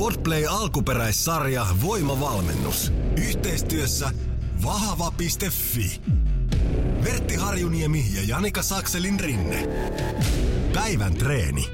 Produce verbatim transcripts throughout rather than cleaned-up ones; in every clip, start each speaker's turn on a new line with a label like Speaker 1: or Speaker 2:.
Speaker 1: Podplay alkuperäissarja Voimavalmennus. Yhteistyössä vahva piste fi. Vertti Harjuniemi ja Janika Sakselin rinne. Päivän treeni.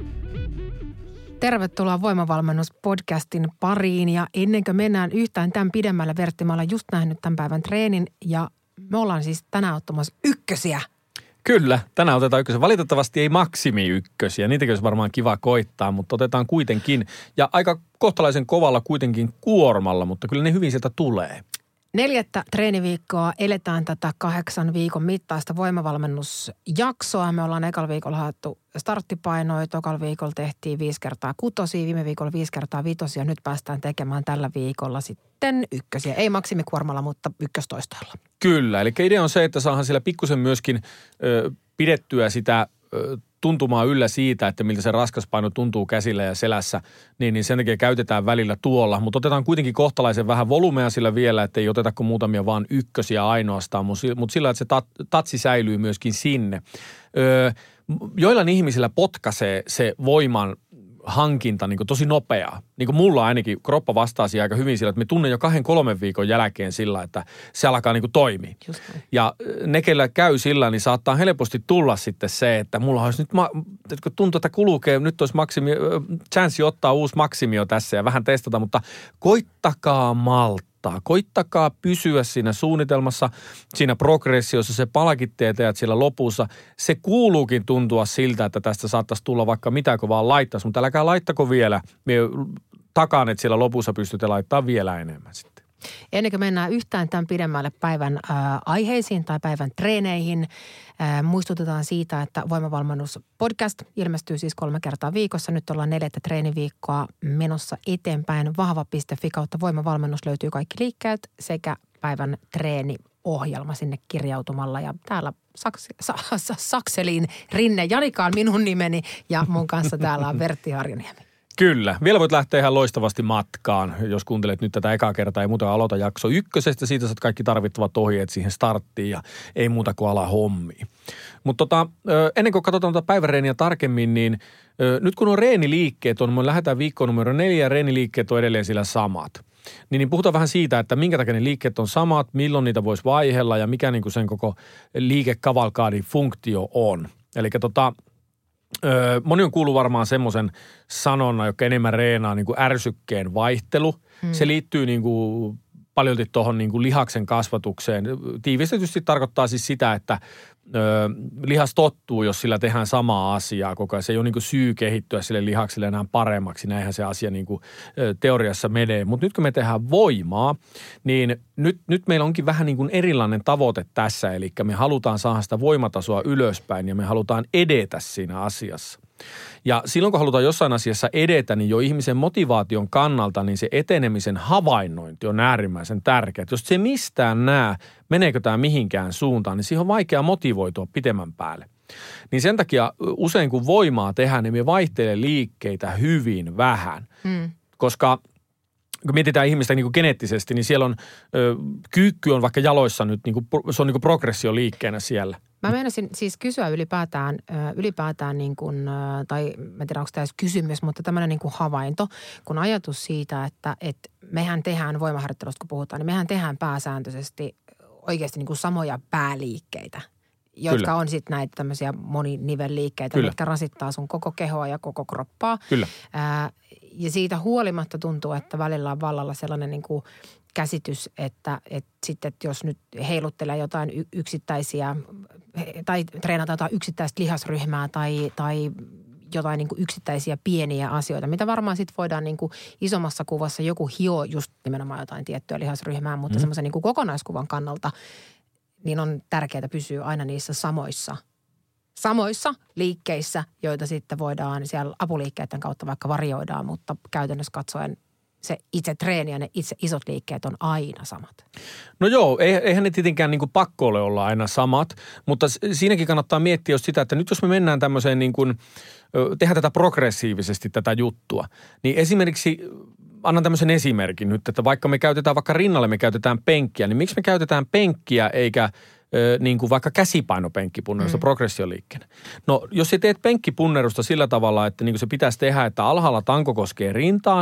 Speaker 2: Tervetuloa Voimavalmennus-podcastin pariin ja ennen kuin mennään yhtään tämän pidemmälle, Vertti, mä olen just nähnyt tämän päivän treenin ja me ollaan siis tänään ottamassa ykkösiä.
Speaker 3: Kyllä, tänään otetaan ykkösiä. Valitettavasti ei maksimi ykkösiä, niitäkin olisi varmaan kiva koittaa, mutta otetaan kuitenkin. Ja aika kohtalaisen kovalla kuitenkin kuormalla, mutta kyllä ne hyvin sieltä tulee.
Speaker 2: Neljättä treeniviikkoa eletään tätä kahdeksan viikon mittaista voimavalmennusjaksoa. Me ollaan ekalla viikolla haettu starttipainoja, tokalla viikolla tehtiin viisi kertaa kutosia, viime viikolla viisi kertaa vitosia. Nyt päästään tekemään tällä viikolla sitten ykkösiä. Ei maksimikuormalla, mutta ykköstoistoilla.
Speaker 3: Kyllä, eli idea on se, että saadaan siellä pikkusen myöskin ö, pidettyä sitä ö, tuntumaan yllä siitä, että miltä se raskas paino tuntuu käsillä ja selässä, niin, niin sen takia käytetään välillä tuolla. Mutta otetaan kuitenkin kohtalaisen vähän volumea sillä vielä, että ei oteta kuin muutamia vaan ykkösiä ainoastaan, mutta sillä, että se tat, tatsi säilyy myöskin sinne. Öö, joillain ihmisillä potkaisee se voiman hankinta niin kuin tosi nopeaa. Niin kuin mulla ainakin kroppa vastaa siihen aika hyvin sillä, että me tunnen jo kahden kolmen viikon jälkeen sillä, että se alkaa niin kuin toimia. Ja ne, kellä käy sillä, niin saattaa helposti tulla sitten se, että mulla olisi nyt, ma- kun tuntuu, että kulukee, nyt olisi maksimi, chanssi ottaa uusi maksimio tässä ja vähän testata, mutta koittakaa malttaa. Koittakaa pysyä siinä suunnitelmassa, siinä progressiossa, se palkitte teet siellä lopussa. Se kuuluukin tuntua siltä, että tästä saattaisi tulla vaikka mitä, kun vaan laittaisi, mutta älkää laittako vielä. Me takaan, että siellä lopussa pystytte laittamaan vielä enemmän sitten.
Speaker 2: Ennen kuin mennään yhtään tämän pidemmälle päivän ää, aiheisiin tai päivän treeneihin, ää, muistutetaan siitä, että Voimavalmennus-podcast ilmestyy siis kolme kertaa viikossa. Nyt ollaan neljättä treeniviikkoa menossa eteenpäin. vahva piste fi kautta voimavalmennus löytyy kaikki liikkeet sekä päivän treeniohjelma sinne kirjautumalla. Ja täällä Saks, sa, sa, Sakselin rinne Janika on minun nimeni ja mun kanssa täällä on Vertti Harjuniemi.
Speaker 3: Kyllä. Vielä voit lähteä ihan loistavasti matkaan, jos kuuntelet nyt tätä ekaa kertaa. Ei muuta aloita jakso ykkösestä. Siitä saat kaikki tarvittavat ohjeet siihen starttiin ja ei muuta kuin ala hommia. Mutta tota, ennen kuin katsotaan tuota päiväreeniä tarkemmin, niin nyt kun on reeniliikkeet on, me lähdetään viikkoon numero neljä ja reeniliikkeet on edelleen sillä samat. Niin, niin puhutaan vähän siitä, että minkä takia ne liikkeet on samat, milloin niitä voisi vaihella ja mikä niin kuin sen koko liikekavalkaadin funktio on. Eli tota... Öö, moni on kuullut varmaan semmoisen sanonnan, joka enemmän reenaa niin kuin ärsykkeen vaihtelu. Hmm. Se liittyy niin kuin paljolti tuohon niin kuin lihaksen kasvatukseen. Tiivistetysti tarkoittaa siis sitä, että ö, lihas tottuu, jos sillä tehdään samaa asiaa koko ajan. Se ei ole niin kuin syy kehittyä sille lihakselle enää paremmaksi. Näinhän se asia niin kuin, ö, teoriassa menee. Mutta nyt kun me tehdään voimaa, niin nyt, nyt meillä onkin vähän niin kuin erilainen tavoite tässä. Eli me halutaan saada sitä voimatasoa ylöspäin ja me halutaan edetä siinä asiassa. Ja silloin kun halutaan jossain asiassa edetä, niin jo ihmisen motivaation kannalta, niin se etenemisen havainnointi on äärimmäisen tärkeää. Jos se mistään näe, meneekö tämä mihinkään suuntaan, niin siihen on vaikea motivoitua pitemmän päälle. Niin sen takia usein kun voimaa tehdään, niin me vaihtelee liikkeitä hyvin vähän, hmm. koska kun mietitään ihmistä niin kuin geneettisesti, niin siellä on, ö, kyykky on vaikka jaloissa nyt, niin kuin, se on niin kuin progressioliikkeenä siellä.
Speaker 2: Mä meinasin siis kysyä ylipäätään, ylipäätään niin kuin, tai mä en tiedä onko tämä edes kysymys, mutta tämmöinen niin kuin havainto, kun ajatus siitä, että, että mehän tehdään voimaharjoittelusta, kun puhutaan, niin mehän tehdään pääsääntöisesti oikeasti niin kuin samoja pääliikkeitä, jotka Kyllä. on sitten näitä tämmöisiä moninivelliikkeitä, Kyllä. mitkä rasittaa sun koko kehoa ja koko kroppaa.
Speaker 3: Kyllä.
Speaker 2: Ää, ja siitä huolimatta tuntuu, että välillä on vallalla sellainen niin kuin käsitys, että, että sitten että jos nyt heiluttelee jotain yksittäisiä tai treenataan jotain yksittäistä lihasryhmää tai, tai jotain niin kuin yksittäisiä pieniä asioita, mitä varmaan sitten voidaan niin kuin isommassa kuvassa joku hio just nimenomaan jotain tiettyä lihasryhmää, mutta mm. semmoisen niin kuin kokonaiskuvan kannalta niin on tärkeää pysyä aina niissä samoissa, samoissa liikkeissä, joita sitten voidaan siellä apuliikkeiden kautta vaikka varioidaan, mutta käytännössä katsoen se itse treeni ja ne itse isot liikkeet on aina samat.
Speaker 3: No joo, eihän ne tietenkään niin kuin pakko ole olla aina samat, mutta siinäkin kannattaa miettiä just sitä, että nyt jos me mennään tämmöiseen niin kuin, tehdään tätä progressiivisesti tätä juttua, niin esimerkiksi annan tämmöisen esimerkin nyt, että vaikka me käytetään vaikka rinnalle, me käytetään penkkiä, niin miksi me käytetään penkkiä eikä niin kuin vaikka käsipainopenkkipunnerusta mm. progressioliikkeenä. No jos sä teet penkkipunnerusta sillä tavalla, että niin kuin se pitäisi tehdä, että alhaalla tanko koskee rintaan,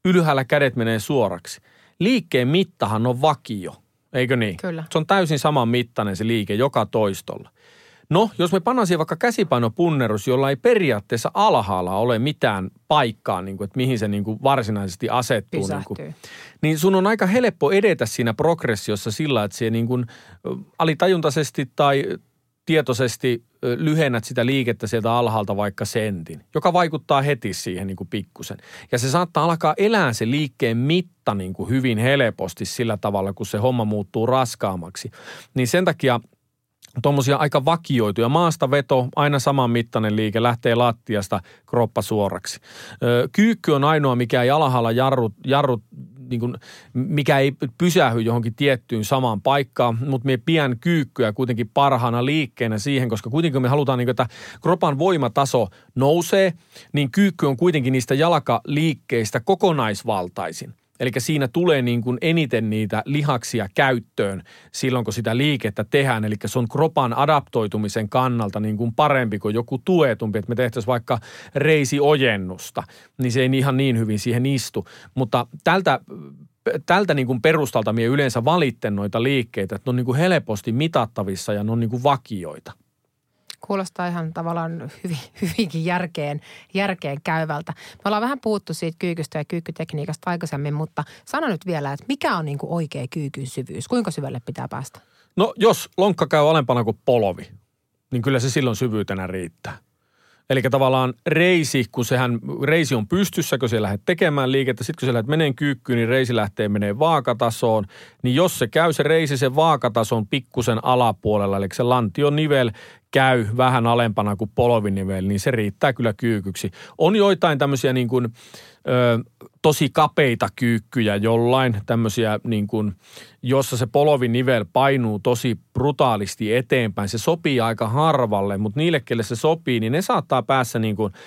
Speaker 3: ylhäällä kädet menee suoraksi. Liikkeen mittahan on vakio, eikö niin?
Speaker 2: Kyllä.
Speaker 3: Se on täysin saman mittainen se liike joka toistolla. No, jos me pannaan siihen vaikka käsipainopunnerus, jolla ei periaatteessa alhaalla ole mitään paikkaa, niin kuin, että mihin se niin kuin varsinaisesti asettuu. Niin, kuin, niin sun on aika helppo edetä siinä progressiossa sillä, että se niin kuin alitajuntaisesti tai tietoisesti lyhennät sitä liikettä sieltä alhaalta vaikka sentin, joka vaikuttaa heti siihen niin kuin pikkusen. Ja se saattaa alkaa elää se liikkeen mitta niin kuin hyvin helposti sillä tavalla, kun se homma muuttuu raskaammaksi. Niin sen takia tuommoisia aika vakioituja. Maastaveto, aina saman mittainen liike, lähtee lattiasta kroppa suoraksi. Kyykky on ainoa, mikä ei alhaalla jarru, jarru niin kuin, mikä ei pysähy johonkin tiettyyn samaan paikkaan, mutta me pidän kyykkyä kuitenkin parhaana liikkeenä siihen, koska kuitenkin me halutaan, niin kuin, että kropan voimataso nousee, niin kyykky on kuitenkin niistä jalkaliikkeistä kokonaisvaltaisin. Eli siinä tulee niin kuin eniten niitä lihaksia käyttöön silloin, kun sitä liikettä tehdään. Eli se on kropan adaptoitumisen kannalta niin kuin parempi kuin joku tuetumpi. Että me tehtäisiin vaikka reisiojennusta, niin se ei ihan niin hyvin siihen istu. Mutta tältä, tältä niin kuin perustalta minä yleensä valitten noita liikkeitä, että ne on niin kuin helposti mitattavissa ja ne on niin kuin vakioita.
Speaker 2: Kuulostaa ihan tavallaan hyvin, hyvinkin järkeen, järkeen käyvältä. Me ollaan vähän puhuttu siitä kyykystä ja kyykkytekniikasta aikaisemmin, mutta sano nyt vielä, että mikä on niin kuin oikea kyykyn syvyys? Kuinka syvälle pitää päästä?
Speaker 3: No jos lonkka käy alempana kuin polvi, niin kyllä se silloin syvyytenä riittää. Eli tavallaan reisi, kun sehän, reisi on pystyssä, kun se lähdet tekemään liikettä, sitten kun se lähdet meneen kyykkyyn, niin reisi lähtee menee vaakatasoon. Niin jos se käy se reisi sen vaakatason pikkusen alapuolella, eli se lantionivel käy vähän alempana kuin polvinivel, niin se riittää kyllä kyykyksi. On joitain tämmöisiä niin kuin, ö, tosi kapeita kyykkyjä jollain, tämmöisiä niin kuin, jossa se polvinivel painuu tosi brutaalisti eteenpäin. Se sopii aika harvalle, mutta niille, kelle se sopii, niin ne saattaa päässä niin kuin,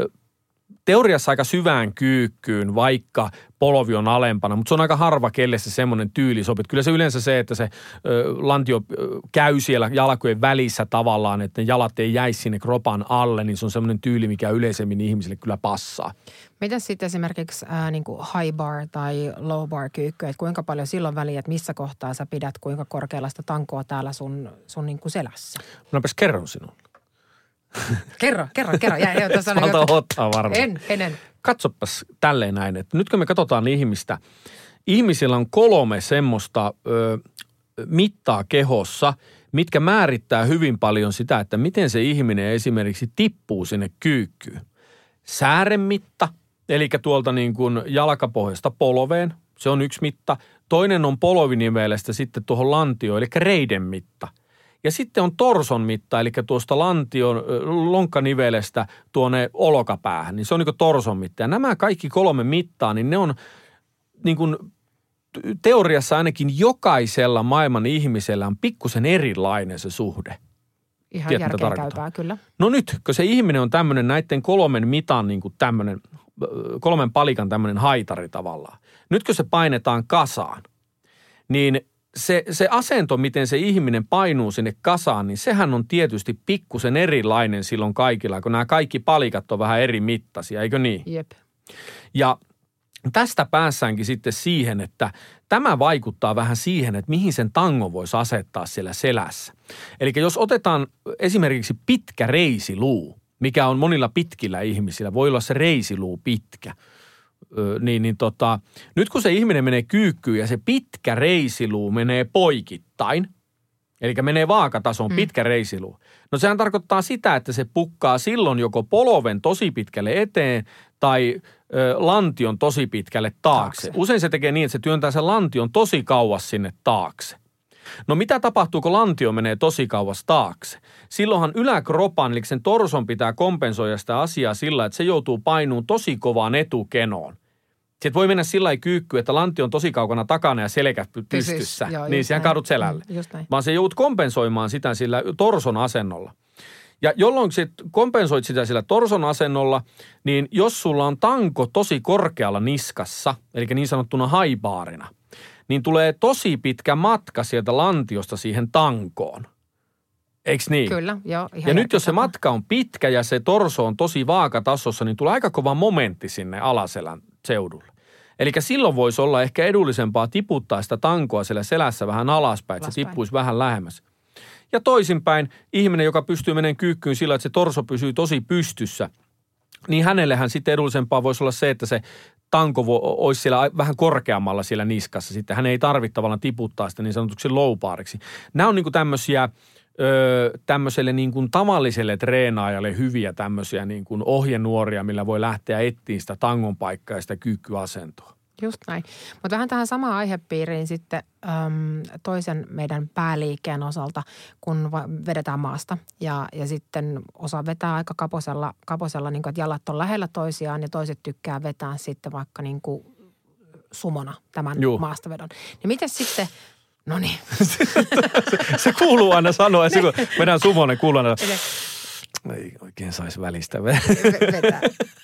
Speaker 3: teoriassa aika syvään kyykkyyn, vaikka polvi on alempana, mutta se on aika harva, kelle se semmoinen tyyli sopii. Kyllä se yleensä se, että se ö, lantio ö, käy siellä jalkojen välissä tavallaan, että ne jalat ei jäisi sinne kropan alle, niin se on semmoinen tyyli, mikä yleisemmin ihmisille kyllä passaa.
Speaker 2: Mitäs sitten esimerkiksi ää, niin kuin high bar tai low bar kyykky, että kuinka paljon silloin väliä, että missä kohtaa sä pidät, kuinka korkealla sitä tankoa täällä sun, sun niin kuin selässä?
Speaker 3: Mäpäs kerron sinulle.
Speaker 2: Kerro, kerro, kerro. Jää, jo, tuossa
Speaker 3: Salta
Speaker 2: oli
Speaker 3: ottaa varmaan.
Speaker 2: En, en, en.
Speaker 3: Katsopas tälleen näin, että nyt kun me katsotaan ihmistä, ihmisillä on kolme semmoista ö, mittaa kehossa, mitkä määrittää hyvin paljon sitä, että miten se ihminen esimerkiksi tippuu sinne kyykkyyn. Sääremitta, eli tuolta niin kuin jalkapohjasta polveen, se on yksi mitta. Toinen on polvinivelestä sitten tuohon lantioon, eli reiden mitta. Ja sitten on torson mitta, eli tuosta lantion lonkkanivelestä tuonne olkapäähän, niin se on niin kuin torson mitta. Ja nämä kaikki kolme mittaa, niin ne on niin kuin teoriassa ainakin jokaisella maailman ihmisellä on pikkusen erilainen se suhde.
Speaker 2: Ihan järkeenkäypää, kyllä.
Speaker 3: No nyt, kun se ihminen on tämmöinen näiden kolmen mitan niin kuin tämmöinen, kolmen palikan tämmöinen haitari tavallaan. Nyt kun se painetaan kasaan, niin Se, se asento, miten se ihminen painuu sinne kasaan, niin sehän on tietysti pikkusen erilainen silloin kaikilla, kun nämä kaikki palikat on vähän eri mittaisia, eikö niin?
Speaker 2: Jep.
Speaker 3: Ja tästä päässäänkin sitten siihen, että tämä vaikuttaa vähän siihen, että mihin sen tangon voisi asettaa siellä selässä. Eli jos otetaan esimerkiksi pitkä reisiluu, mikä on monilla pitkillä ihmisillä, voi olla se reisiluu pitkä. Ö, niin, niin tota, nyt kun se ihminen menee kyykkyyn ja se pitkä reisiluu menee poikittain, eli menee vaakatasoon mm. pitkä reisiluu. No sehän tarkoittaa sitä, että se pukkaa silloin joko polven tosi pitkälle eteen tai ö, lantion tosi pitkälle taakse. taakse. Usein se tekee niin, että se työntää sen lantion tosi kauas sinne taakse. No mitä tapahtuu, kun lantio menee tosi kauas taakse? Silloinhan yläkropan, eli sen torson pitää kompensoida sitä asiaa sillä, että se joutuu painuun tosi kovaan etukenoon. Sitten voi mennä sillä lailla kyykkyyn, että lantio on tosi kaukana takana ja selkä pystyssä, joo, niin siihen kaadut selälle. Mm, vaan se joudut kompensoimaan sitä sillä torson asennolla. Ja jolloin sit kompensoit sitä sillä torson asennolla, niin jos sulla on tanko tosi korkealla niskassa, eli niin sanottuna haibaarina, niin tulee tosi pitkä matka sieltä lantiosta siihen tankoon. Eiks niin?
Speaker 2: Kyllä, joo.
Speaker 3: Ja nyt jos se matka on pitkä ja se torso on tosi vaakatasossa, niin tulee aika kova momentti sinne alaselän seudulle. Eli silloin voisi olla ehkä edullisempaa tiputtaa sitä tankoa siellä selässä vähän alaspäin, että se
Speaker 2: Alaspäin.
Speaker 3: tippuisi vähän lähemmäs. Ja toisinpäin, ihminen, joka pystyy menemään kyykkyyn sillä, että se torso pysyy tosi pystyssä, niin hänellehän sitten edullisempaa voisi olla se, että se tanko vo, olisi siellä vähän korkeammalla siellä niskassa. Sitten hän ei tarvitse tavallaan tiputtaa sitä niin sanotuksi low-bariksi. Nämä on niin kuin tämmöisiä, öö, tämmöiselle niin kuin tavalliselle treenaajalle hyviä tämmöisiä niin kuin ohjenuoria, millä voi lähteä etsiä sitä tangon paikkaa ja sitä kyykkyasentoa.
Speaker 2: Just näin. Mutta vähän tähän samaan aihepiiriin sitten äm, toisen meidän pääliikkeen osalta, kun va- vedetään maasta. Ja, ja sitten osa vetää aika kaposella, kaposella niin kuin, että jalat on lähellä toisiaan ja toiset tykkää vetää sitten vaikka niin kuin sumona tämän Juh. maastavedon. Ja miten sitten, no niin.
Speaker 3: se, se kuuluu aina sanoa, kun vedän sumonen kuuluu aina. Ei oikein saisi välistä
Speaker 2: vetää.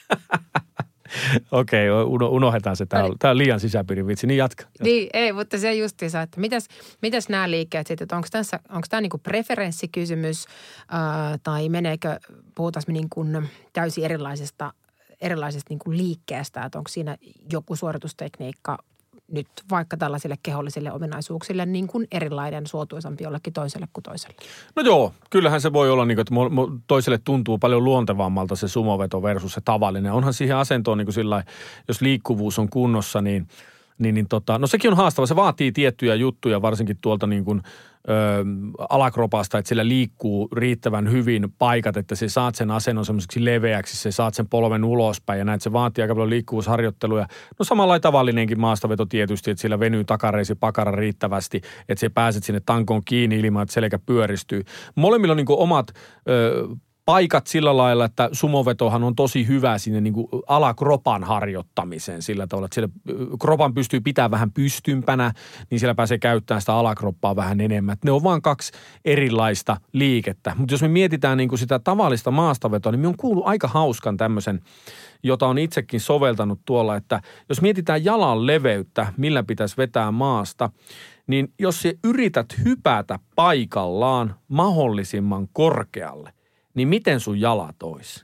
Speaker 3: Okei, unohdetaan se. Tämä on, tämä on liian sisäpiirin vitsi. Niin jatka. jatka.
Speaker 2: Niin, ei, mutta se justiinsa, että mitäs, mitäs nämä liikkeet sitten, että onko tässä, onko tämä niinku preferenssikysymys ää, tai meneekö, puhutaan me niin kuin täysin erilaisesta, erilaisesta niinku liikkeestä, että onko siinä joku suoritustekniikka nyt vaikka tällaisille kehollisille ominaisuuksille niin kuin erilainen suotuisampi jollekin toiselle kuin toiselle?
Speaker 3: No joo, kyllähän se voi olla niin kuin, että toiselle tuntuu paljon luontevammalta se sumoveto versus se tavallinen. Onhan siihen asentoon niin kuin sillä jos liikkuvuus on kunnossa, niin, niin, niin tota, no sekin on haastava. Se vaatii tiettyjä juttuja varsinkin tuolta niin kuin Ö, alakropasta, että sillä liikkuu riittävän hyvin paikat, että sä saat sen asennon semmoiseksi leveäksi, sä saat sen polven ulospäin ja näet, se vaatii aika paljon liikkuvuusharjoitteluja. No samalla tavallinenkin maastaveto tietysti, että sillä venyy takareisi pakara riittävästi, että sä pääset sinne tankoon kiinni ilman, että selkä pyöristyy. Molemmilla on niin kuin omat ö, paikat sillä lailla, että sumovetohan on tosi hyvä sinne niin kuin alakropan harjoittamiseen sillä tavalla, että siellä kropan pystyy pitämään vähän pystympänä, niin siellä pääsee käyttämään sitä alakroppaa vähän enemmän. Ne on vaan kaksi erilaista liikettä. Mutta jos me mietitään niin kuin sitä tavallista maastavetoa, niin me on kuullut aika hauskan tämmöisen, jota on itsekin soveltanut tuolla, että jos mietitään jalan leveyttä, millä pitäisi vetää maasta, niin jos sä yrität hypätä paikallaan mahdollisimman korkealle, niin miten sun jalat ois?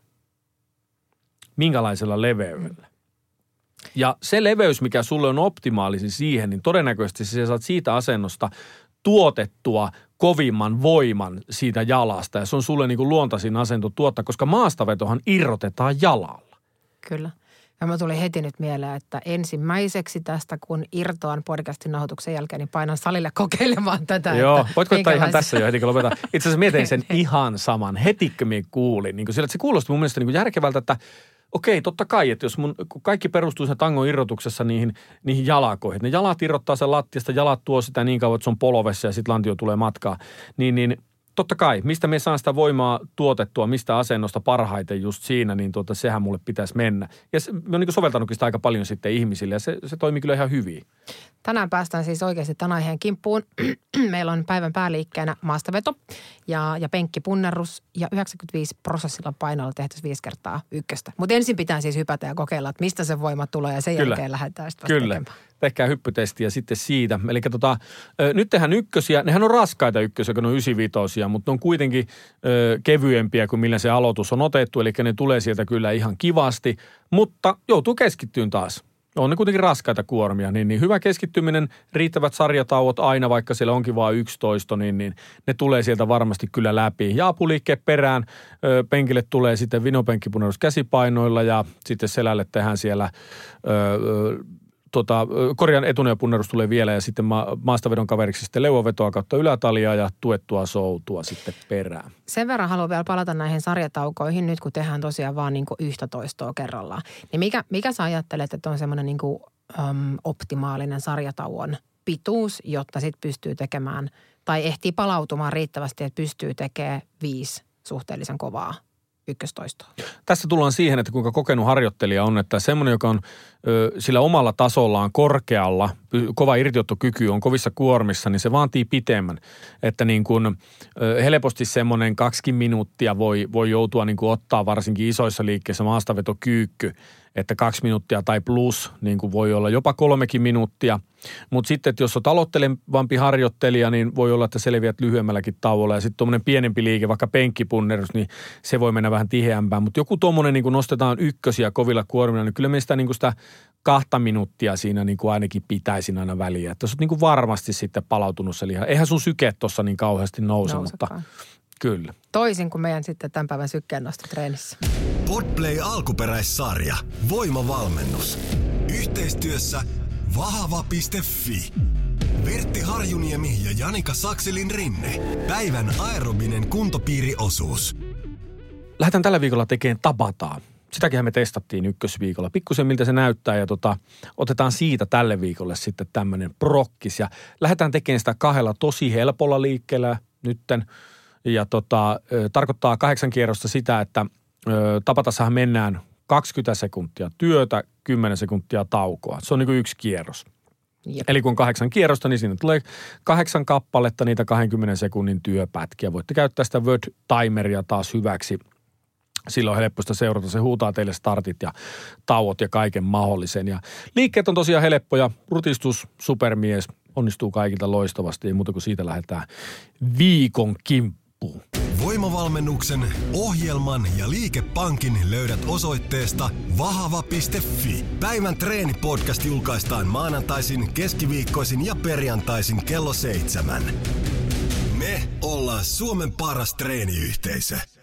Speaker 3: Minkälaisella leveydellä? Ja se leveys, mikä sulle on optimaalisin siihen, niin todennäköisesti sä saat siitä asennosta tuotettua kovimman voiman siitä jalasta. Ja se on sulle niin kuin luontaisin asento tuottaa, koska maastavetohan irrotetaan jalalla.
Speaker 2: Kyllä. Ja mä tuli heti nyt mieleen, että ensimmäiseksi tästä, kun irtoan podcastin nauhoituksen jälkeen, niin painan salille kokeilemaan tätä.
Speaker 3: Joo, voit koittaa ihan tässä jo heti, kun lopetan. Itse asiassa mietin sen ihan saman, heti kun minä kuulin. Niin kuin sillä, että se kuulosti mun mielestä niin kuin järkevältä, että okei, totta kai, että jos mun, kun kaikki perustuu sen tangon irrotuksessa niihin, niihin jalakoihin, ne jalat irrottaa sen lattiasta, jalat tuo sitä niin kauan, että se on polovessa ja sitten lantio tulee matkaa, niin, niin totta kai, mistä me saan sitä voimaa tuotettua, mistä asennosta parhaiten just siinä, niin tuota, sehän mulle pitäisi mennä. Ja se, mä oon niin soveltanutkin sitä aika paljon sitten ihmisille ja se, se toimii kyllä ihan hyvin.
Speaker 2: Tänään päästään siis oikeasti tämän aiheen kimppuun. Meillä on päivän pääliikkeenä maastaveto ja, ja penkkipunnerus ja yhdeksänkymmentäviisi prosessilla painolla tehtäisiin viisi kertaa ykköstä. Mutta ensin pitää siis hypätä ja kokeilla, että mistä se voima tulee ja sen
Speaker 3: kyllä.
Speaker 2: jälkeen lähdetään sitä
Speaker 3: Kyllä. tekemään. Tehkää hyppytestiä sitten siitä. Eli tota, nyt tehdään ykkösiä. Nehän on raskaita ykkösiä, kun ne on yhdeksänkymmentäviisi, mutta ne on kuitenkin ö, kevyempiä kuin millä se aloitus on otettu. Eli ne tulee sieltä kyllä ihan kivasti, mutta joutuu keskittyyn taas. On ne kuitenkin raskaita kuormia, niin, niin hyvä keskittyminen, riittävät sarjatauot aina, vaikka siellä onkin vain yksitoista, niin, niin ne tulee sieltä varmasti kyllä läpi. Ja apuliikkeen perään ö, penkille tulee sitten vinopenkkipunnerus käsipainoilla ja sitten selälle tehdään siellä ö, Tota, korjan etuneupunnerus tulee vielä ja sitten ma- maastavedon kaveriksi sitten leuavetoa kautta ylätaljaa ja tuettua soutua sitten perään.
Speaker 2: Sen verran haluan vielä palata näihin sarjataukoihin nyt, kun tehdään tosiaan vaan niin kuin yhtä toistoa kerrallaan. Niin mikä, mikä sä ajattelet, että on semmoinen niin kuin, äm, optimaalinen sarjatauon pituus, jotta sitten pystyy tekemään tai ehtii palautumaan riittävästi, että pystyy tekemään viisi suhteellisen kovaa ykköstoistoa.
Speaker 3: Tässä tullaan siihen, että kuinka kokenut harjoittelija on, että semmoinen, joka on ö, sillä omalla tasollaan korkealla, kova irtiottokyky on kovissa kuormissa, niin se vaatii pitemmän. Että niin kuin ö, helposti semmoinen kaksikin minuuttia voi, voi joutua niin kuin ottaa varsinkin isoissa liikkeissä maastavetokyykky. että kaksi minuuttia tai plus, niin kuin voi olla jopa kolmekin minuuttia. Mutta sitten, että jos olet aloittelevampi harjoittelija, niin voi olla, että selviät lyhyemmälläkin tauolla. Ja sitten tuommoinen pienempi liike, vaikka penkkipunnerus, niin se voi mennä vähän tiheämpään. Mutta joku tuommoinen, niin kuin nostetaan ykkösiä kovilla kuormilla, niin kyllä me sitä, niin kuin sitä kahta minuuttia siinä niin kuin ainakin pitäisin aina väliä. Että jos olet niin kuin varmasti sitten palautunut se liha. Eihän sun syke tuossa niin kauheasti nouse, Nousekaan. Mutta kyllä.
Speaker 2: Toisin kuin meidän sitten tämän päivän sykkeennostotreenissä.
Speaker 1: Podplay alkuperäissarja. Voimavalmennus. Yhteistyössä vahva piste fi. Vertti Harjuniemi ja Janika Sakselin rinne. Päivän aerobinen kuntopiiriosuus.
Speaker 3: Lähdetään tällä viikolla tekemään Tabataa. Sitäkin me testattiin ykkösviikolla. Pikkusen miltä se näyttää ja tota, otetaan siitä tälle viikolle sitten tämmöinen prokkis. Ja lähdetään tekemään sitä kahdella tosi helpolla liikkeellä nytten. Ja tota, tarkoittaa kahdeksan kierrosta sitä, että Tabatassahan mennään kaksikymmentä sekuntia työtä, kymmenen sekuntia taukoa. Se on niin kuin yksi kierros. Jep. Eli kun kahdeksan kierrosta, niin siinä tulee kahdeksan kappaletta niitä kahdenkymmenen sekunnin työpätkiä. Voitte käyttää sitä Word-timeria taas hyväksi. Silloin on helppoista seurata. Se huutaa teille startit ja tauot ja kaiken mahdollisen. Ja liikkeet on tosiaan helppoja. Rutistus, supermies, onnistuu kaikilta loistavasti. Ei muuta kuin siitä lähdetään viikon kimppuun.
Speaker 1: Voimavalmennuksen, ohjelman ja liikepankin löydät osoitteesta vahva piste fi. Päivän treenipodcast julkaistaan maanantaisin, keskiviikkoisin ja perjantaisin kello seitsemän. Me ollaan Suomen paras treeniyhteisö.